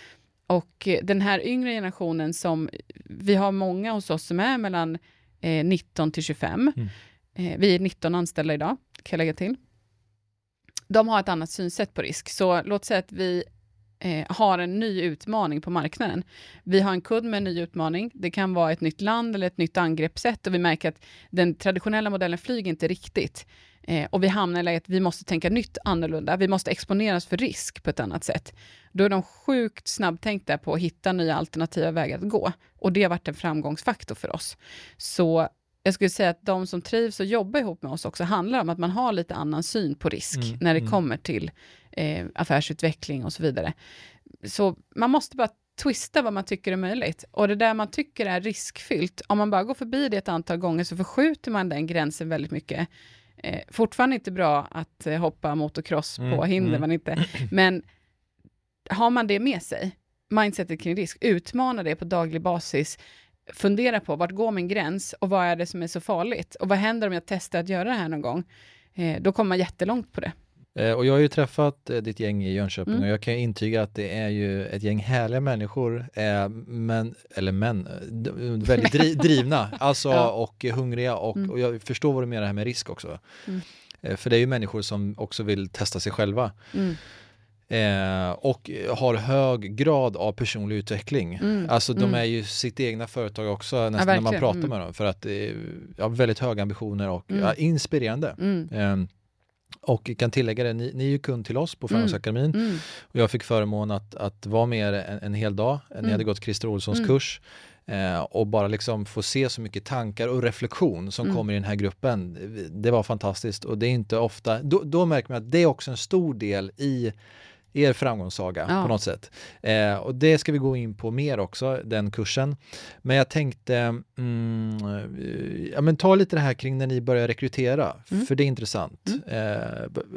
Och eh, den här yngre generationen som vi har många hos oss som är mellan eh, nitton till tjugofem. Mm. Eh, vi är nitton anställda idag, kan jag lägga till. de har ett annat synsätt på risk. Så låt säga att vi eh, har en ny utmaning på marknaden. Vi har en kund med en ny utmaning. Det kan vara ett nytt land eller ett nytt angreppssätt och vi märker att den traditionella modellen flyger inte riktigt. Eh, och vi hamnar i läget att vi måste tänka nytt annorlunda. Vi måste exponeras för risk på ett annat sätt. Då är de sjukt snabbtänkta på att hitta nya alternativa vägar att gå. Och det har varit en framgångsfaktor för oss. Så jag skulle säga att de som trivs och jobbar ihop med oss också handlar om att man har lite annan syn på risk mm, när det mm. kommer till eh, affärsutveckling och så vidare. Så man måste bara twista vad man tycker är möjligt. Och det där man tycker är riskfyllt, om man bara går förbi det ett antal gånger så förskjuter man den gränsen väldigt mycket. Eh, fortfarande inte bra att eh, hoppa motocross mm, på hinder, mm. man inte. Men har man det med sig, mindsetet kring risk, utmana det på daglig basis, fundera på vart går min gräns och vad är det som är så farligt och vad händer om jag testar att göra det här någon gång, eh, då kommer man jättelångt på det. Eh, och jag har ju träffat eh, ditt gäng i Jönköping mm. och jag kan intyga att det är ju ett gäng härliga människor, eh, men, eller män, d- väldigt dri- drivna alltså, ja. och hungriga och, mm. och jag förstår vad du menar här med risk också. Mm. Eh, för det är ju människor som också vill testa sig själva. Mm. Eh, och har hög grad av personlig utveckling. Mm. Alltså de mm. är ju sitt egna företag också nästan ja, när man pratar mm. med dem. För att eh, ja, väldigt höga ambitioner och mm. ja, inspirerande. Mm. Eh, och kan tillägga det, ni, ni är ju kund till oss på Framgångsakademin. Mm. Mm. Och jag fick förmån att, att vara med en, en hel dag. Mm. Ni hade gått Christer Olssons mm. kurs. Eh, och bara liksom få se så mycket tankar och reflektion som mm. kommer i den här gruppen. Det var fantastiskt. Och det är inte ofta, då, då märker man att det är också en stor del i er framgångssaga ja. på något sätt. Eh, och det ska vi gå in på mer också, den kursen. Men jag tänkte mm, ja, men ta lite det här kring när ni börjar rekrytera. Mm. För det är intressant. Mm. Eh, b-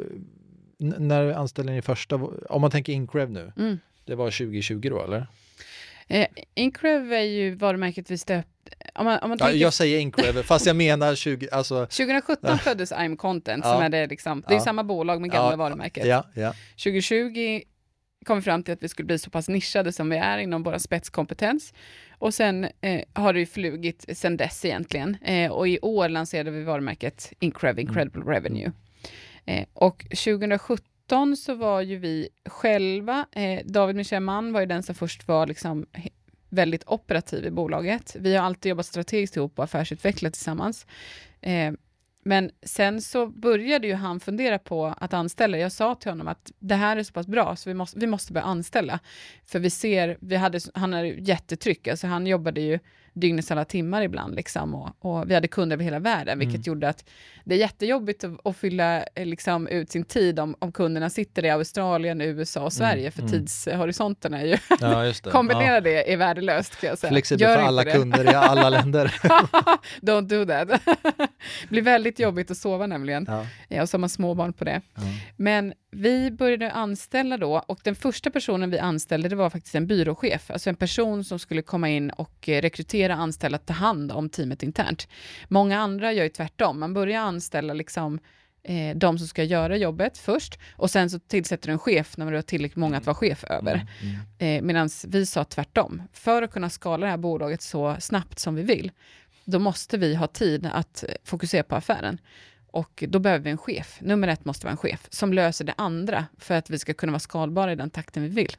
n- när anställde ni första, om man tänker Increv nu, mm. det var tjugo tjugo då, eller? Eh, Increv är ju varumärket vi stöpte. Om man, om man ja, tänker... Jag säger Increv, fast jag menar tjugo... Alltså... tjugo sjutton föddes I'm Content, ja. som är det liksom, det är ja. samma bolag med gamla ja. varumärket. Ja. Ja. tjugo tjugo kom vi fram till att vi skulle bli så pass nischade som vi är inom vår spetskompetens. Och sen eh, har det ju flugit sen dess egentligen. Eh, och i år lanserade vi varumärket Increv, Incredible mm. Revenue. Eh, och tjugo sjutton så var ju vi själva, eh, David Michelman var ju den som först var liksom väldigt operativ i bolaget. Vi har alltid jobbat strategiskt ihop och affärsutvecklat tillsammans. Eh, men sen så började ju han fundera på att anställa. Jag sa till honom att det här är så pass bra så vi måste, vi måste börja anställa. För vi ser, vi hade, han hade jättetryck. Alltså han jobbade ju dygnets alla timmar ibland liksom, och, och vi hade kunder över hela världen, vilket mm. gjorde att det är jättejobbigt att, att fylla liksom, ut sin tid om, om kunderna sitter i Australien, U S A och Sverige, mm. för mm. tidshorisonten är ju ja, just det. kombinera ja. det är värdelöst, kan jag säga. Flexibel för alla det. kunder i alla länder. Don't do that. Det blir väldigt jobbigt att sova nämligen. Ja. Ja, och så har man småbarn på det. Ja. Men vi började anställa då, och den första personen vi anställde, det var faktiskt en byråchef, alltså en person som skulle komma in och rekrytera, anställa, ta hand om teamet internt. Många andra gör ju tvärtom. Man börjar anställa liksom eh, de som ska göra jobbet först, och sen så tillsätter du en chef när man har tillräckligt många att vara chef över. Mm, mm. Eh, Medan vi sa tvärtom. För att kunna skala det här bolaget så snabbt som vi vill, då måste vi ha tid att fokusera på affären. Och då behöver vi en chef. Nummer ett måste vara en chef som löser det andra för att vi ska kunna vara skalbara i den takten vi vill.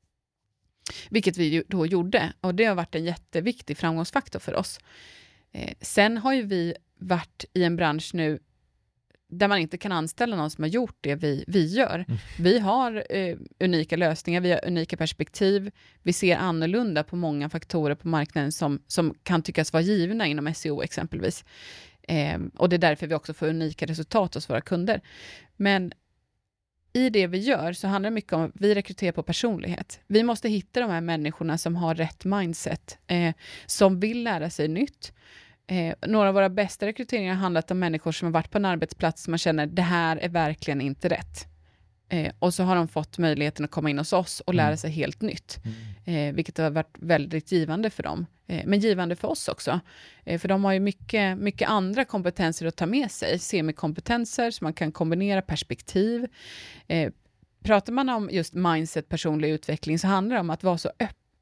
Vilket vi då gjorde. Och det har varit en jätteviktig framgångsfaktor för oss. Eh, sen har ju vi varit i en bransch nu där man inte kan anställa någon som har gjort det vi, vi gör. Mm. Vi har eh, unika lösningar, vi har unika perspektiv. Vi ser annorlunda på många faktorer på marknaden som, som kan tyckas vara givna inom S E O exempelvis. Eh, och det är därför vi också får unika resultat hos våra kunder. Men i det vi gör så handlar det mycket om att vi rekryterar på personlighet. Vi måste hitta de här människorna som har rätt mindset, eh, som vill lära sig nytt. Eh, några av våra bästa rekryteringar har handlat om människor som har varit på en arbetsplats som man känner, det här är verkligen inte rätt. Eh, och så har de fått möjligheten att komma in hos oss och lära mm. sig helt nytt. Mm. Eh, vilket har varit väldigt givande för dem. Eh, men givande för oss också. Eh, för de har ju mycket, mycket andra kompetenser att ta med sig. Semikompetenser så man kan kombinera perspektiv. Eh, pratar man om just mindset, personlig utveckling, så handlar det om att vara så öppen.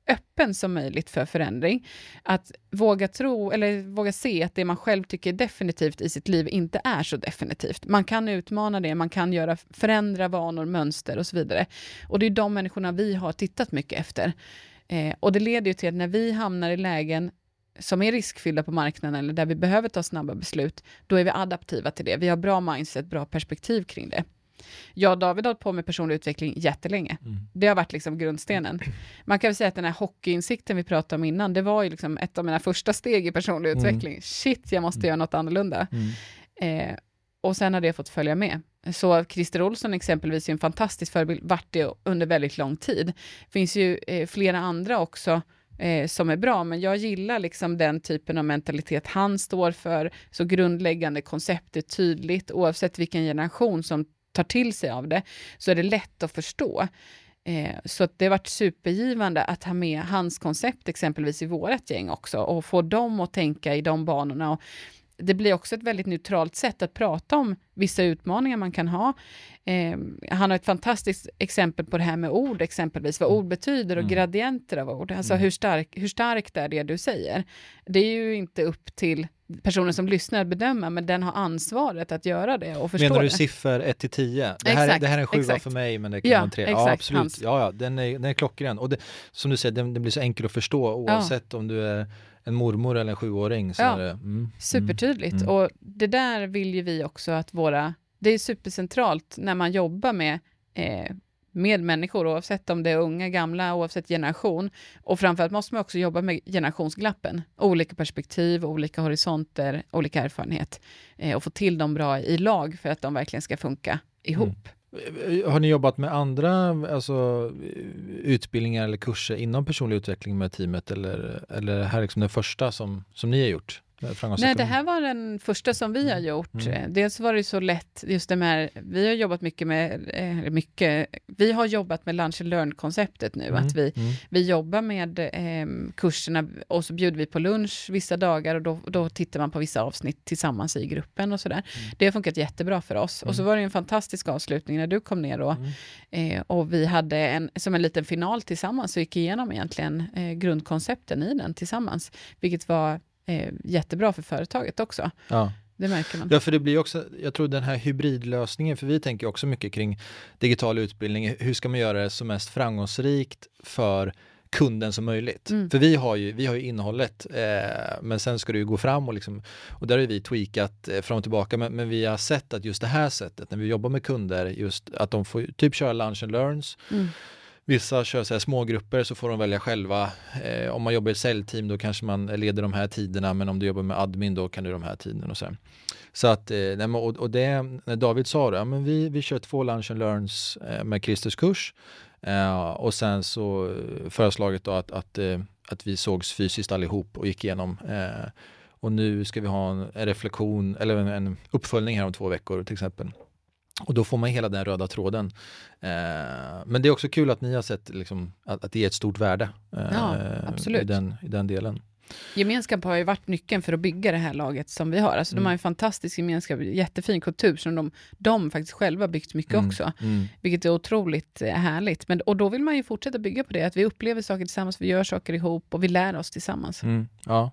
öppen som möjligt för förändring. Att våga tro eller våga se att det man själv tycker är definitivt i sitt liv inte är så definitivt. Man kan utmana det, man kan göra förändra vanor, mönster och så vidare. Och det är de människorna vi har tittat mycket efter. Eh, och det leder ju till att när vi hamnar i lägen som är riskfyllda på marknaden eller där vi behöver ta snabba beslut, då är vi adaptiva till det. Vi har bra mindset, bra perspektiv kring det. Jag och David har hållit på med personlig utveckling jättelänge. Mm. Det har varit liksom grundstenen. Man kan väl säga att den här hockeyinsikten vi pratade om innan, det var ju liksom ett av mina första steg i personlig mm. utveckling. Shit, jag måste mm. göra något annorlunda. Mm. Eh, och sen har det fått följa med. Så Christer Olsson exempelvis är en fantastisk förebild, vart det under väldigt lång tid. Det finns ju eh, flera andra också Eh, som är bra, men jag gillar liksom den typen av mentalitet han står för, så grundläggande konceptet tydligt, oavsett vilken generation som tar till sig av det, så är det lätt att förstå. Eh, så att det har varit supergivande att ha med hans koncept exempelvis i vårat gäng också, och få dem att tänka i de banorna. Och det blir också ett väldigt neutralt sätt att prata om vissa utmaningar man kan ha. Eh, han har ett fantastiskt exempel på det här med ord, exempelvis vad ord betyder och mm. gradienter av ord. Alltså mm. hur, stark, hur starkt är det du säger. Det är ju inte upp till personen som lyssnar att bedöma, men den har ansvaret att göra det och förstå det. Menar du siffror ett till tio? Det här, exakt, det här är en sjua exakt. För mig, men det kan ja, vara en tre. Exakt, ja, absolut. Hans. Ja, ja, den är, den är klockren. Och det, som du säger, den, den blir så enkel att förstå oavsett ja. Om du är en mormor eller en sjuåring. Så ja, är det, mm, supertydligt. Mm. Och det där vill ju vi också att våra... Det är supercentralt när man jobbar med, eh, med människor, oavsett om det är unga, gamla, oavsett generation. Och framförallt måste man också jobba med generationsglappen. Olika perspektiv, olika horisonter, olika erfarenhet. Eh, och få till dem bra i lag för att de verkligen ska funka ihop. Mm. Har ni jobbat med andra alltså, utbildningar eller kurser inom personlig utveckling med teamet? Eller, eller är det här liksom den första som, som ni har gjort? Nej, det här var den första som vi har gjort. Mm. Dels var det så lätt, just det med, vi har jobbat mycket med, eh, mycket, vi har jobbat med lunch and learn-konceptet nu. Mm. Att vi, mm. vi jobbar med eh, kurserna och så bjuder vi på lunch vissa dagar och då, då tittar man på vissa avsnitt tillsammans i gruppen och sådär. Mm. Det har funkat jättebra för oss. Mm. Och så var det en fantastisk avslutning när du kom ner då. Mm. Eh, och vi hade en, som en liten final tillsammans och gick igenom egentligen eh, grundkoncepten i den tillsammans. Vilket var Eh, jättebra för företaget också. Ja. Det märker man. Ja, för det blir också, jag tror den här hybridlösningen, för vi tänker också mycket kring digital utbildning. Hur ska man göra det så mest framgångsrikt för kunden som möjligt? Mm. För vi har ju, vi har ju innehållet, eh, men sen ska det ju gå fram och liksom, och där har vi tweakat eh, fram och tillbaka, men, men vi har sett att just det här sättet, när vi jobbar med kunder, just att de får typ köra lunch and learns. Mm. Vissa kör så här små grupper, så får de välja själva. Eh, om man jobbar i ett säljteam då kanske man leder de här tiderna, men om du jobbar med admin då kan du de här tiderna och så här. Så att, eh, och, och det, när David sa det, ja, men vi, vi kör två lunch and learns eh, med Christers kurs eh, och sen så föreslaget då att, att, eh, att vi sågs fysiskt allihop och gick igenom eh, och nu ska vi ha en, en reflektion eller en, en uppföljning här om två veckor till exempel. Och då får man hela den röda tråden. Eh, men det är också kul att ni har sett liksom, att, att det är ett stort värde eh, ja, absolut. I, den, i den delen. Gemenskap har ju varit nyckeln för att bygga det här laget som vi har. Alltså mm. de har en fantastisk gemenskap, jättefin kultur som de, de faktiskt själva byggt mycket mm. också. Mm. Vilket är otroligt härligt. Men, och då vill man ju fortsätta bygga på det. Att vi upplever saker tillsammans, vi gör saker ihop och vi lär oss tillsammans. Mm. Ja.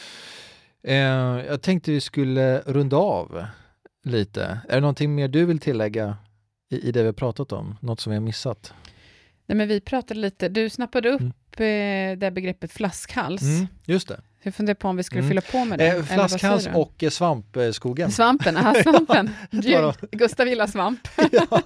Eh, jag tänkte vi skulle runda av lite. Är det någonting mer du vill tillägga i, i det vi har pratat om? Något som vi har missat? Nej, men vi pratade lite, du snappade upp mm. det begreppet flaskhals. Mm, just det. Jag funderar på om vi skulle mm. fylla på med det. Eh, flaskhals och eh, svampskogen. Svampen, aha, svampen. Gustav gillar svamp. ja.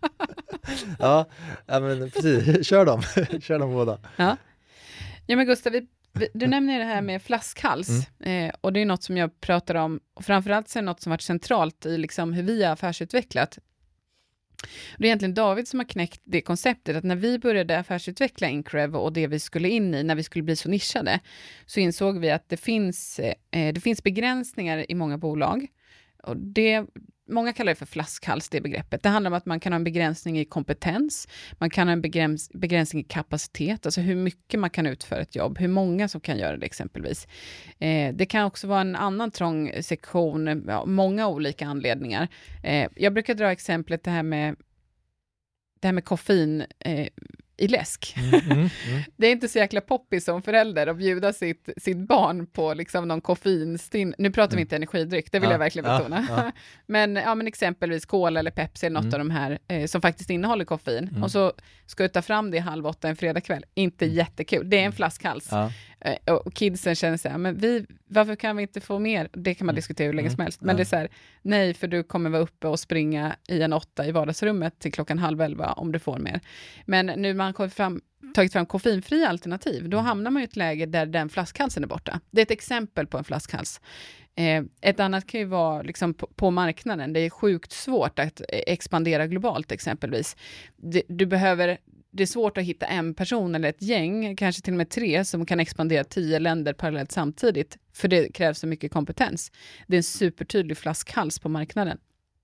ja, ja, men precis. Kör dem. Kör dem båda. Ja, ja men Gustav, vi du nämner det här med flaskhals mm. eh, och det är något som jag pratar om och framförallt så är det något som varit centralt i liksom hur vi har affärsutvecklat. Det är egentligen David som har knäckt det konceptet att när vi började affärsutveckla Increv och det vi skulle in i när vi skulle bli så nischade så insåg vi att det finns, eh, det finns begränsningar i många bolag och det många kallar det för flaskhals, det begreppet. Det handlar om att man kan ha en begränsning i kompetens. Man kan ha en begräns, begränsning i kapacitet. Alltså hur mycket man kan utföra ett jobb. Hur många som kan göra det exempelvis. Eh, det kan också vara en annan trång sektion. Ja, många olika anledningar. Eh, jag brukar dra exemplet det här med, det här med koffein. Eh, i läsk. Mm, mm, mm. Det är inte så jäkla poppis som förälder att bjuda sitt, sitt barn på liksom någon koffeinstinn. Nu pratar mm. vi inte energidryck, det vill ja, jag verkligen betona. Ja, ja. men, ja, men exempelvis Cola eller Pepsi eller något mm. av de här eh, som faktiskt innehåller koffein. Mm. Och så ska jag ta fram det i halv åtta en fredagkväll. Inte mm. jättekul. Det är en flaskhals. Ja. Eh, och kidsen känner så här, men vi, varför kan vi inte få mer? Det kan man mm. diskutera hur länge mm. som helst. Men ja. det är så här, nej, för du kommer vara uppe och springa i en åtta i vardagsrummet till klockan halv elva om du får mer. Men nu man kommer fram tagit fram koffeinfria alternativ, då hamnar man i ett läge där den flaskhalsen är borta. Det är ett exempel på en flaskhals. Eh, ett annat kan ju vara liksom på, på marknaden. Det är sjukt svårt att expandera globalt exempelvis. Det, du behöver, det är svårt att hitta en person eller ett gäng, kanske till och med tre, som kan expandera tio länder parallellt samtidigt. För det krävs så mycket kompetens. Det är en supertydlig flaskhals på marknaden.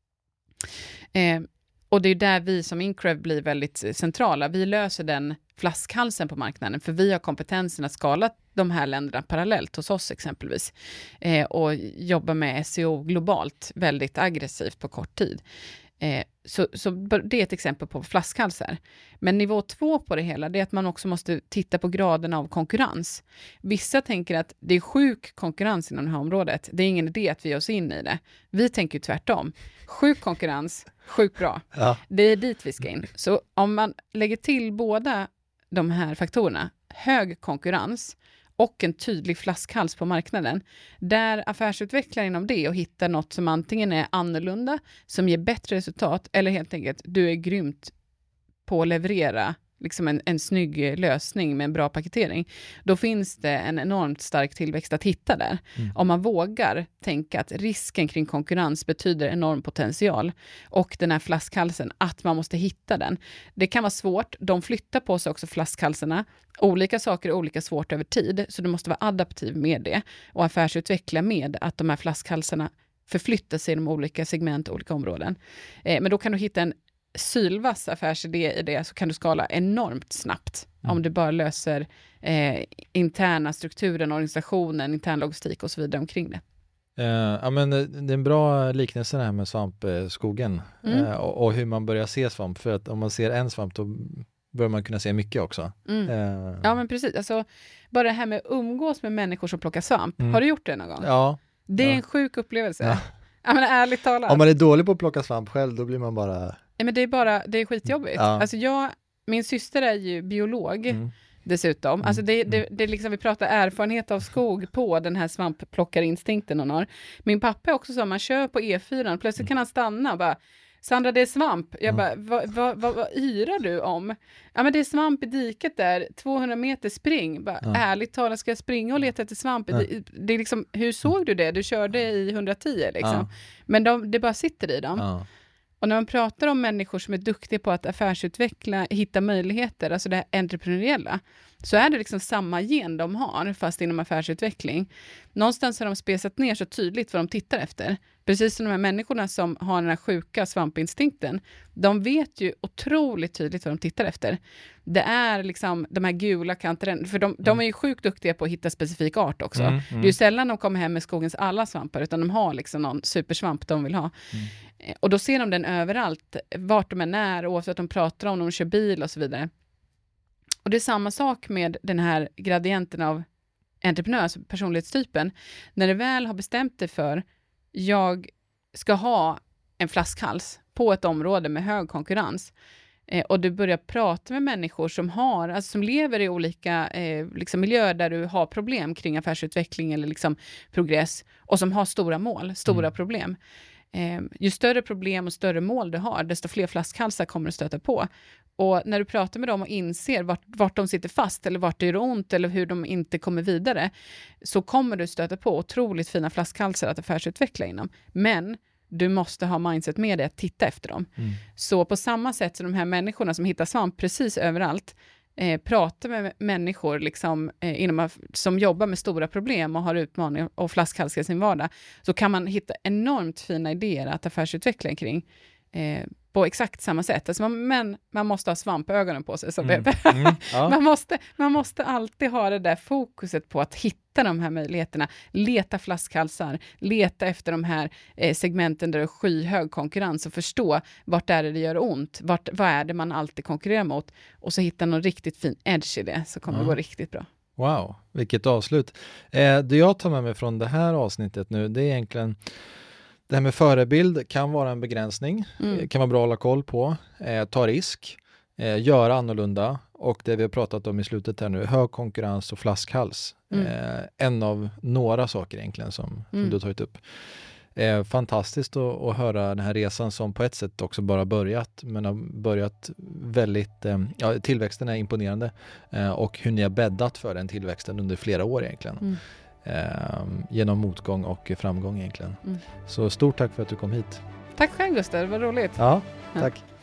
Eh, och det är där vi som Increv blir väldigt centrala. Vi löser den flaskhalsen på marknaden, för vi har kompetensen att skala de här länderna parallellt hos oss exempelvis eh, och jobba med S E O globalt väldigt aggressivt på kort tid. Eh, så, så det är ett exempel på flaskhalsar. Men nivå två på det hela, det är att man också måste titta på graden av konkurrens. Vissa tänker att det är sjuk konkurrens inom det här området. Det är ingen idé att vi ger oss in i det. Vi tänker ju tvärtom. Sjuk konkurrens, sjukt bra. Ja. Det är dit vi ska in. Så om man lägger till båda de här faktorerna, hög konkurrens och en tydlig flaskhals på marknaden, där affärsutvecklare inom det och hittar något som antingen är annorlunda, som ger bättre resultat, eller helt enkelt du är grymt på att leverera liksom en, en snygg lösning med en bra paketering, då finns det en enormt stark tillväxt att hitta där. Mm. Om man vågar tänka att risken kring konkurrens betyder enorm potential, och den här flaskhalsen, att man måste hitta den. Det kan vara svårt, de flyttar på sig också flaskhalsarna. Olika saker är olika svårt över tid, så du måste vara adaptiv med det och affärsutveckla med att de här flaskhalsarna förflyttar sig i de olika segment och olika områden. Eh, men då kan du hitta en sylvass affärsidé i det, så kan du skala enormt snabbt mm. om du bara löser eh, interna strukturen, organisationen, intern logistik och så vidare omkring det. Uh, ja, men det är en bra liknelse det här med svampskogen mm. uh, och, och hur man börjar se svamp, för att om man ser en svamp då börjar man kunna se mycket också. Mm. Uh, ja, men precis. Alltså, bara det här med att umgås med människor som plockar svamp. Mm. Har du gjort det någon gång? Ja. Det är ja. en sjuk upplevelse. Ja. Ja, men ärligt talat. Om man är dålig på att plocka svamp själv, då blir man bara... Ja, men det är bara, det är skitjobbigt. Ja. Alltså jag, min syster är ju biolog mm. dessutom. Mm. Alltså det, det, det är liksom, vi pratar erfarenhet av skog på den här svampplockarinstinkten hon har. Min pappa är också så, man kör på E fyra, plötsligt kan han stanna och bara, Sandra, det är svamp. Jag bara, vad, vad, vad, vad yrar du om? Ja, men det är svamp i diket där, tvåhundra meter spring. Bara, ja. Ärligt talat, ska jag springa och leta efter svamp? Ja. Det, det är liksom, hur såg du det? Du körde i hundratio liksom. Ja. Men de, det bara sitter i dem. Ja. Och när man pratar om människor som är duktiga på att affärsutveckla, hitta möjligheter, alltså det här entreprenöriella, så är det liksom samma gen de har, fast inom affärsutveckling. Någonstans har de spesat ner så tydligt vad de tittar efter. Precis som de här människorna som har den här sjuka svampinstinkten. De vet ju otroligt tydligt vad de tittar efter. Det är liksom de här gula kanterna, för de, de är ju sjukt duktiga på att hitta specifik art också. Mm, mm. Det är ju sällan de kommer hem med skogens alla svampar, utan de har liksom någon supersvamp de vill ha. Mm. Och då ser de den överallt, vart de än är, oavsett om de pratar om, de kör bil och så vidare. Och det är samma sak med den här gradienten av entreprenör, alltså personlighetstypen. När du väl har bestämt dig för, jag ska ha en flaskhals på ett område med hög konkurrens, eh, och du börjar prata med människor som har, alltså som lever i olika eh, liksom miljöer där du har problem kring affärsutveckling eller liksom progress, och som har stora mål, stora mm. problem. Eh, ju större problem och större mål du har, desto fler flaskhalsar kommer du stöta på. Och när du pratar med dem och inser vart, vart de sitter fast, eller vart det gör ont, eller hur de inte kommer vidare, så kommer du stöta på otroligt fina flaskhalsar att affärsutveckla inom. Men du måste ha mindset med dig att titta efter dem. Mm. Så på samma sätt som de här människorna som hittar svamp precis överallt, eh, pratar med människor liksom, eh, inom, som jobbar med stora problem och har utmaningar och flaskhalsar i sin vardag, så kan man hitta enormt fina idéer att affärsutveckla kring. Eh, på exakt samma sätt. Alltså man, men man måste ha svampögonen på sig. Så Mm. det, Mm. Ja. man, måste, man måste alltid ha det där fokuset på att hitta de här möjligheterna. Leta flaskhalsar, leta efter de här eh, segmenten där det är skyhög konkurrens och förstå vart är det det gör ont. Vart, vad är det man alltid konkurrerar mot? Och så hitta någon riktigt fin edge i det, så kommer Ja. det gå riktigt bra. Wow, vilket avslut. Eh, det jag tar med mig från det här avsnittet nu, det är egentligen det här med förebild kan vara en begränsning, Mm. eh, kan vara bra att hålla koll på, eh, ta risk, eh, göra annorlunda och det vi har pratat om i slutet här nu, hög konkurrens och flaskhals. Mm. Eh, en av några saker egentligen som, som Mm. du har tagit upp. Eh, fantastiskt att, att höra den här resan som på ett sätt också bara börjat, men har börjat väldigt, eh, ja, tillväxten är imponerande eh, och hur ni har bäddat för den tillväxten under flera år egentligen. Mm. Eh, genom motgång och framgång egentligen. Mm. Så stort tack för att du kom hit. Tack själv Gustav, det var roligt. Ja, Ja. tack.